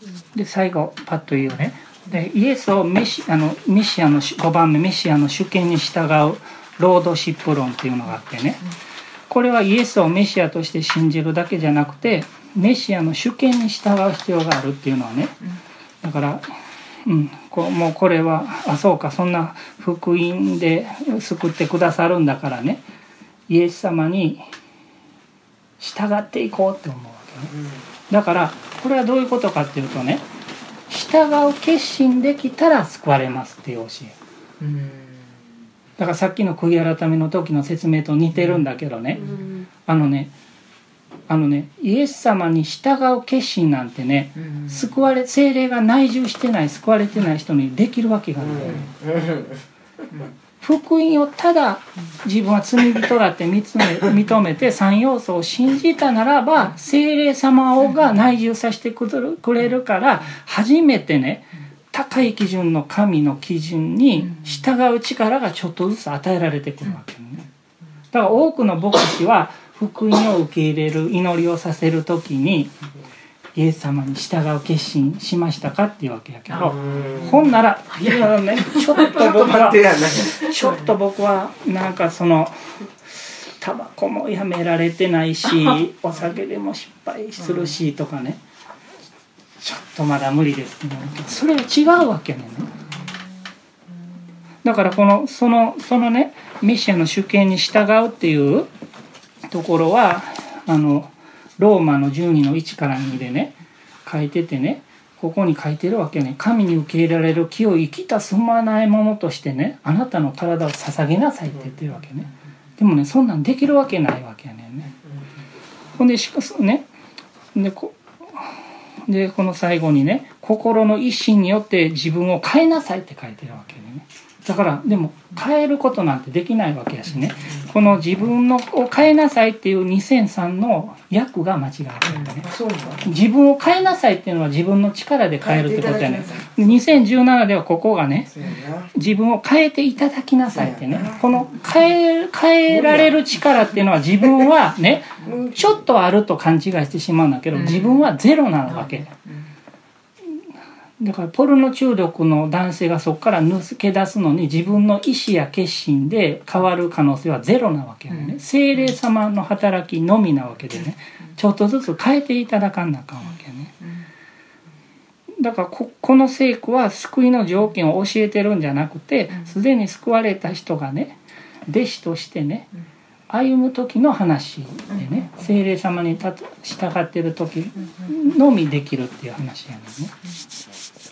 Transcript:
で最後パッと言うね。でイエスをメシアの5番目メシアの主権に従うロードシップ論っていうのがあってね、これはイエスをメシアとして信じるだけじゃなくてメシアの主権に従う必要があるっていうのはね、だからもうこれはそうか、そんな福音で救ってくださるんだからね、イエス様に従っていこうって思うわけね。だからこれはどういうことかっていうとね、従う決心できたら救われますっていう教え。だからさっきの悔い改めの時の説明と似てるんだけどね、イエス様に従う決心なんてね、聖霊が内住してない救われてない人にできるわけがない。福音をただ自分は罪人だって認めて3要素を信じたならば、聖霊様が内住させてくれるから、初めてね高い基準の神の基準に従う力がちょっとずつ与えられてくるわけね。だから多くの牧師は福音を受け入れる祈りをさせるときにイエス様に従う決心しましたかっていうわけやけど、ほんならちょっと僕はなんかタバコもやめられてないしお酒でも失敗するしとかね、ちょっとまだ無理ですけど、それは違うわけね。だからそのねメシアの主権に従うっていうところはローマの12の1から2でね書いててね、ここに書いてるわけね。神に受け入れられる清い生きた住まないものとしてね、あなたの体を捧げなさいって言ってるわけね。でもね、そんなんできるわけないわけやねんね。ほんでね、でこの最後にね、心の一心によって自分を変えなさいって書いてるわけでね。だからでも変えることなんてできないわけやしね、この自分を変えなさいっていう2003の訳が間違ってたね。自分を変えなさいっていうのは自分の力で変えるってことやね。2017ではここがね、自分を変えていただきなさいってね、この変えられる力っていうのは自分はねちょっとあると勘違いしてしまうんだけど、自分はゼロなわけだからポルノ中毒の男性がそこから抜け出すのに自分の意思や決心で変わる可能性はゼロなわけよね。聖霊様の働きのみなわけでね、ちょっとずつ変えていただかなあかんわけね。だからこの聖句は救いの条件を教えてるんじゃなくて、すでに救われた人がね弟子としてね歩む時の話でね、聖霊様に従っている時のみできるっていう話やねんね。